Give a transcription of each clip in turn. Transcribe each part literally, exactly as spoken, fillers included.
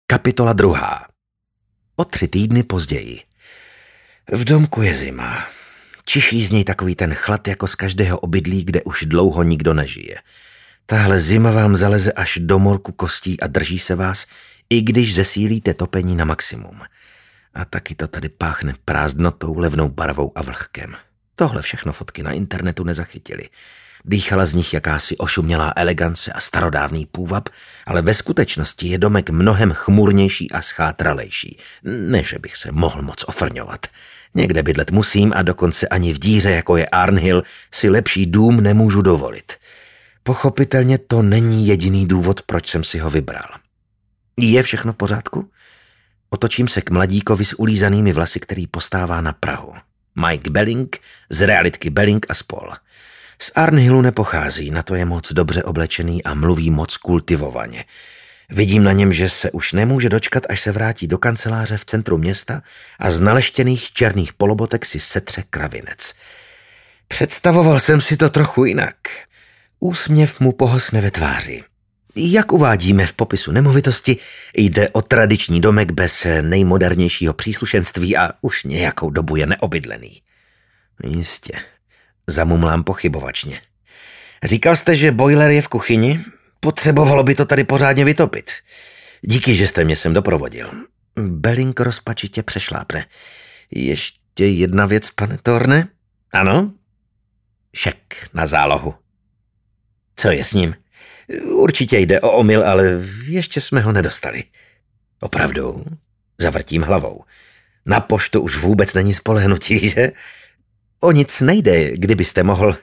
Kapitola druhá. O tři týdny později. V domku je zima. Čiší z něj takový ten chlad jako z každého obydlí, kde už dlouho nikdo nežije. Tahle zima vám zaleze až do morku kostí a drží se vás, i když zesílíte topení na maximum. A taky to tady páchne prázdnotou, levnou barvou a vlhkem. Tohle všechno fotky na internetu nezachytily. Dýchala z nich jakási ošumělá elegance a starodávný půvab, ale ve skutečnosti je domek mnohem chmurnější a schátralejší. Ne, že bych se mohl moc ofrňovat. Někde bydlet musím a dokonce ani v díře, jako je Arnhill, si lepší dům nemůžu dovolit. Pochopitelně to není jediný důvod, proč jsem si ho vybral. Je všechno v pořádku? Otočím se k mladíkovi s ulízanými vlasy, který postává na prahu. Mike Belling z realitky Belling a spol. Z Arnhillu nepochází, na to je moc dobře oblečený a mluví moc kultivovaně. Vidím na něm, že se už nemůže dočkat, až se vrátí do kanceláře v centru města a z naleštěných černých polobotek si setře kravinec. Představoval jsem si to trochu jinak. Úsměv mu pohosne ve tváři. Jak uvádíme v popisu nemovitosti, jde o tradiční domek bez nejmodernějšího příslušenství a už nějakou dobu je neobydlený. Jistě, zamumlám pochybovačně. Říkal jste, že boiler je v kuchyni? Potřebovalo by to tady pořádně vytopit. Díky, že jste mě sem doprovodil. Belling rozpačitě přešlápne. Ještě jedna věc, pane Thorne? Ano? Šek na zálohu. Co je s ním? Určitě jde o omyl, ale ještě jsme ho nedostali. Opravdu? Zavrtím hlavou. Na poštu už vůbec není spolehnutí, že? O nic nejde, kdybyste mohl...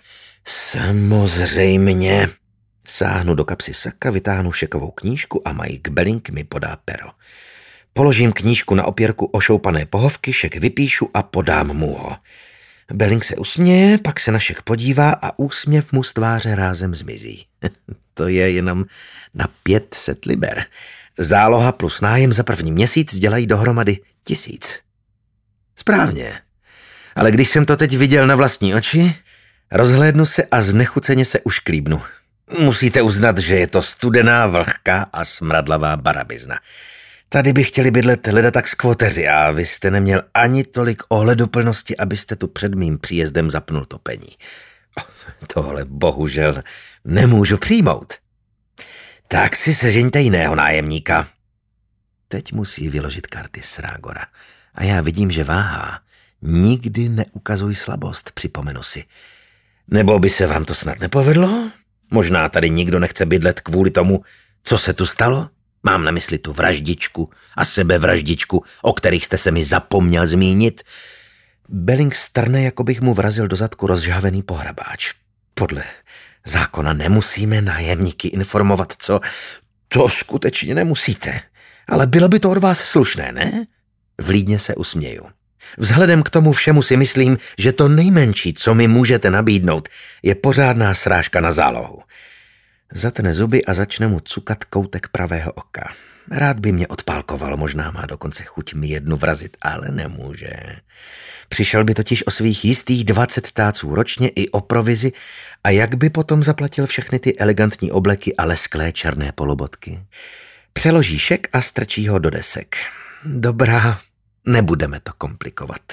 Samozřejmě. Sáhnu do kapsy saka, vytáhnu šekovou knížku a Mike Belling mi podá pero. Položím knížku na opěrku ošoupané pohovky, šek vypíšu a podám mu ho. Belling se usměje, pak se na šek podívá a úsměv mu z tváře rázem zmizí. To je jenom na pět set liber. Záloha plus nájem za první měsíc dělají dohromady tisíc. Správně. Ale když jsem to teď viděl na vlastní oči, rozhlédnu se a znechuceně se ušklíbnu. Musíte uznat, že je to studená, vlhká a smradlavá barabizna. Tady by chtěli bydlet ledatak skvoteři a vy jste neměl ani tolik ohleduplnosti, abyste tu před mým příjezdem zapnul topení. Oh, tohle bohužel nemůžu přijmout. Tak si sežeňte jiného nájemníka. Teď musí vyložit karty Srágora. A já vidím, že váhá. Nikdy neukazuj slabost, připomenu si. Nebo by se vám to snad nepovedlo? Možná tady nikdo nechce bydlet kvůli tomu, co se tu stalo? Mám na mysli tu vraždičku a sebevraždičku, o kterých jste se mi zapomněl zmínit. Belling strne, jako bych mu vrazil do zadku rozžhavený pohrabáč. Podle zákona nemusíme nájemníky informovat, co? To skutečně nemusíte. Ale bylo by to od vás slušné, ne? Vlídně se usměju. Vzhledem k tomu všemu si myslím, že to nejmenší, co mi můžete nabídnout, je pořádná srážka na zálohu. Zatne zuby a začne mu cukat koutek pravého oka. Rád by mě odpálkoval, možná má dokonce chuť mi jednu vrazit, ale nemůže. Přišel by totiž o svých jistých dvacet táců ročně i o provizi a jak by potom zaplatil všechny ty elegantní obleky a lesklé černé polobotky. Přeloží šek a strčí ho do desek. Dobrá, nebudeme to komplikovat.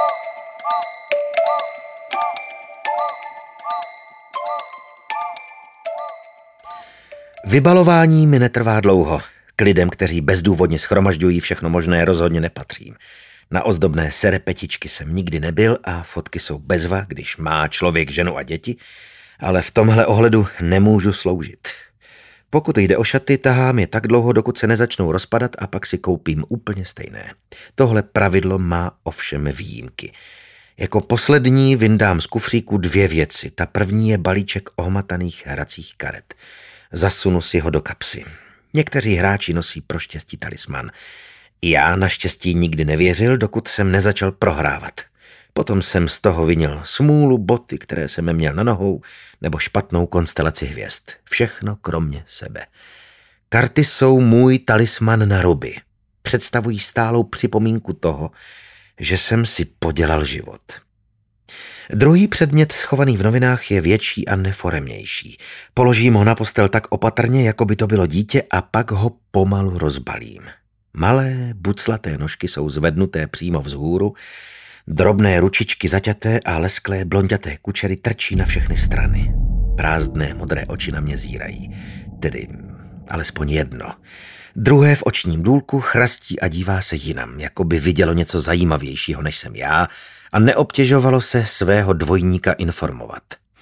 Vybalování mi netrvá dlouho. K lidem, kteří bezdůvodně schromažďují všechno možné, rozhodně nepatřím. Na ozdobné serepetičky jsem nikdy nebyl a fotky jsou bezva, když má člověk ženu a děti, ale v tomhle ohledu nemůžu sloužit. Pokud jde o šaty, tahám je tak dlouho, dokud se nezačnou rozpadat a pak si koupím úplně stejné. Tohle pravidlo má ovšem výjimky. Jako poslední vyndám z kufříku dvě věci. Ta první je balíček ohmataných hracích karet. Zasunu si ho do kapsy. Někteří hráči nosí pro štěstí talisman. Já naštěstí nikdy nevěřil, dokud jsem nezačal prohrávat. Potom jsem z toho vinil smůlu, boty, které jsem měl na nohou, nebo špatnou konstelaci hvězd. Všechno kromě sebe. Karty jsou můj talisman na ruby. Představují stálou připomínku toho, že jsem si podělal život. Druhý předmět schovaný v novinách je větší a neforemnější. Položím ho na postel tak opatrně, jako by to bylo dítě, a pak ho pomalu rozbalím. Malé, buclaté nožky jsou zvednuté přímo vzhůru, drobné ručičky zaťaté a lesklé blonďaté kučery trčí na všechny strany. Prázdné modré oči na mě zírají, tedy alespoň jedno. Druhé v očním důlku chrastí a dívá se jinam, jako by vidělo něco zajímavějšího, než jsem já, a neobtěžovalo se svého dvojníka informovat.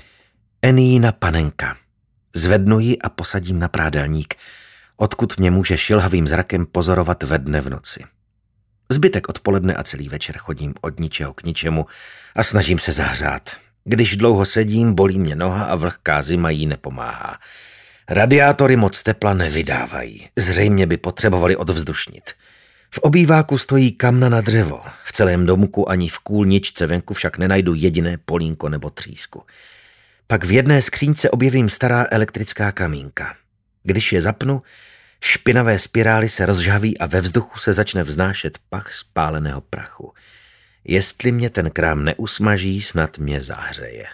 Enína panenka. Zvednu ji a posadím na prádelník, odkud mě může šilhavým zrakem pozorovat ve dne v noci. Zbytek odpoledne a celý večer chodím od ničeho k ničemu a snažím se zahřát. Když dlouho sedím, bolí mě noha a vlhká zima jí nepomáhá. Radiátory moc tepla nevydávají, zřejmě by potřebovali odvzdušnit. V obýváku stojí kamna na dřevo, v celém domku ani v kůlničce venku však nenajdu jediné polínko nebo třísku. Pak v jedné skřínce objevím stará elektrická kamínka. Když je zapnu, špinavé spirály se rozžhaví a ve vzduchu se začne vznášet pach spáleného prachu. Jestli mě ten krám neusmaží, snad mě zahřeje.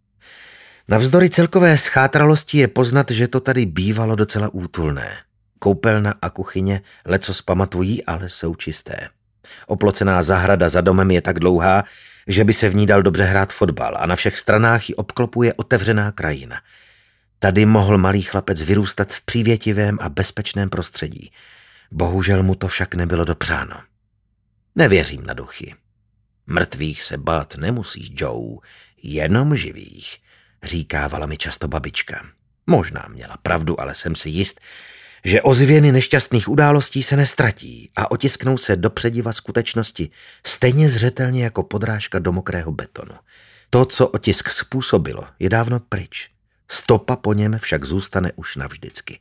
Navzdory celkové schátralosti je poznat, že to tady bývalo docela útulné. Koupelna a kuchyně lecos pamatují, ale jsou čisté. Oplocená zahrada za domem je tak dlouhá, že by se v ní dal dobře hrát fotbal a na všech stranách ji obklopuje otevřená krajina. Tady mohl malý chlapec vyrůstat v přívětivém a bezpečném prostředí. Bohužel mu to však nebylo dopřáno. Nevěřím na duchy. Mrtvých se bát nemusíš, Joe, jenom živých, říkávala mi často babička. Možná měla pravdu, ale jsem si jist, že ozvěny nešťastných událostí se nestratí a otisknou se do přediva skutečnosti stejně zřetelně jako podrážka do mokrého betonu. To, co otisk způsobilo, je dávno pryč. Stopa po něm však zůstane už navždycky.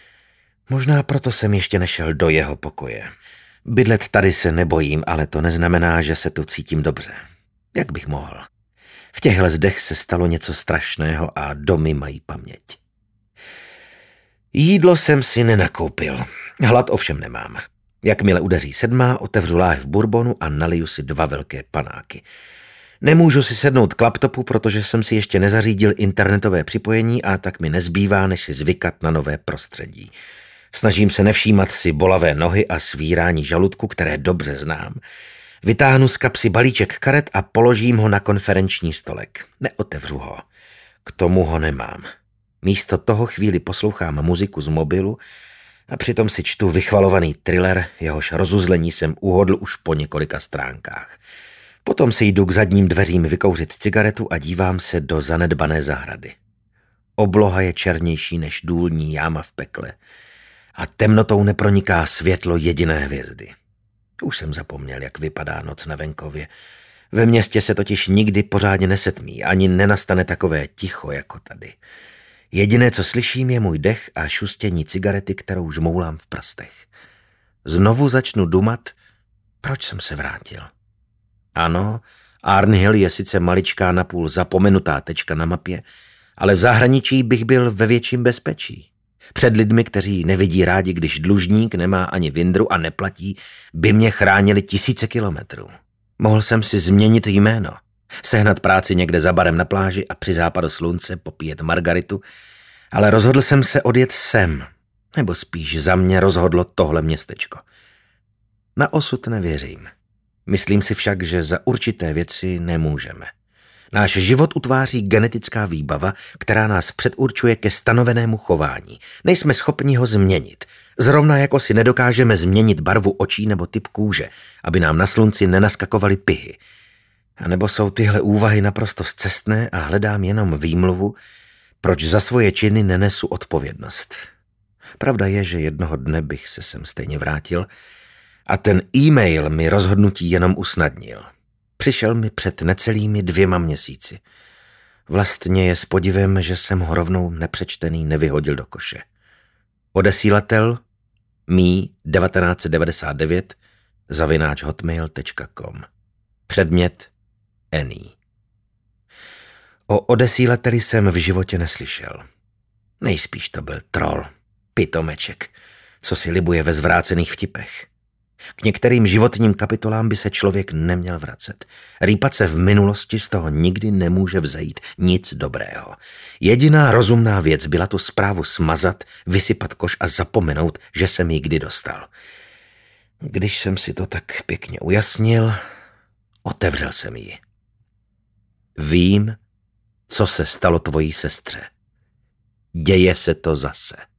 Možná proto jsem ještě nešel do jeho pokoje. Bydlet tady se nebojím, ale to neznamená, že se tu cítím dobře. Jak bych mohl? V těchhle zdech se stalo něco strašného a domy mají paměť. Jídlo jsem si nenakoupil. Hlad ovšem nemám. Jakmile udeří sedmá, otevřu láhev bourbonu a naliju si dva velké panáky. Nemůžu si sednout k laptopu, protože jsem si ještě nezařídil internetové připojení a tak mi nezbývá, než si zvykat na nové prostředí. Snažím se nevšímat si bolavé nohy a svírání žaludku, které dobře znám. Vytáhnu z kapsy balíček karet a položím ho na konferenční stolek. Neotevřu ho. K tomu ho nemám. Místo toho chvíli poslouchám muziku z mobilu a přitom si čtu vychvalovaný thriller, jehož rozuzlení jsem uhodl už po několika stránkách. Potom si jdu k zadním dveřím vykouřit cigaretu a dívám se do zanedbané zahrady. Obloha je černější než důlní jáma v pekle a temnotou neproniká světlo jediné hvězdy. Už jsem zapomněl, jak vypadá noc na venkově. Ve městě se totiž nikdy pořádně nesetmí, ani nenastane takové ticho jako tady. Jediné, co slyším, je můj dech a šustění cigarety, kterou žmoulám v prstech. Znovu začnu dumat, proč jsem se vrátil. Ano, Arnhill je sice maličká napůl zapomenutá tečka na mapě, ale v zahraničí bych byl ve větším bezpečí. Před lidmi, kteří nevidí rádi, když dlužník nemá ani vindru a neplatí, by mě chránili tisíce kilometrů. Mohl jsem si změnit jméno, sehnat práci někde za barem na pláži a při západu slunce popíjet margaritu, ale rozhodl jsem se odjet sem, nebo spíš za mě rozhodlo tohle městečko. Na osud nevěřím. Myslím si však, že za určité věci nemůžeme. Náš život utváří genetická výbava, která nás předurčuje ke stanovenému chování. Nejsme schopni ho změnit. Zrovna jako si nedokážeme změnit barvu očí nebo typ kůže, aby nám na slunci nenaskakovaly pihy. A nebo jsou tyhle úvahy naprosto scestné a hledám jenom výmluvu, proč za svoje činy nenesu odpovědnost. Pravda je, že jednoho dne bych se sem stejně vrátil a ten e-mail mi rozhodnutí jenom usnadnil. Přišel mi před necelými dvěma měsíci. Vlastně je s podivem, že jsem ho rovnou nepřečtený nevyhodil do koše. Odesílatel mí devatenáct set devadesát devět zavináč hotmail tečka com. Předmět Annie. O odesílateli jsem v životě neslyšel. Nejspíš to byl troll, pitomeček, co si libuje ve zvrácených vtipech. K některým životním kapitolám by se člověk neměl vracet. Rýpat se v minulosti z toho nikdy nemůže vzejít nic dobrého. Jediná rozumná věc byla tu zprávu smazat, vysypat koš a zapomenout, že jsem ji kdy dostal. Když jsem si to tak pěkně ujasnil, otevřel jsem ji. Vím, co se stalo tvojí sestře. Děje se to zase.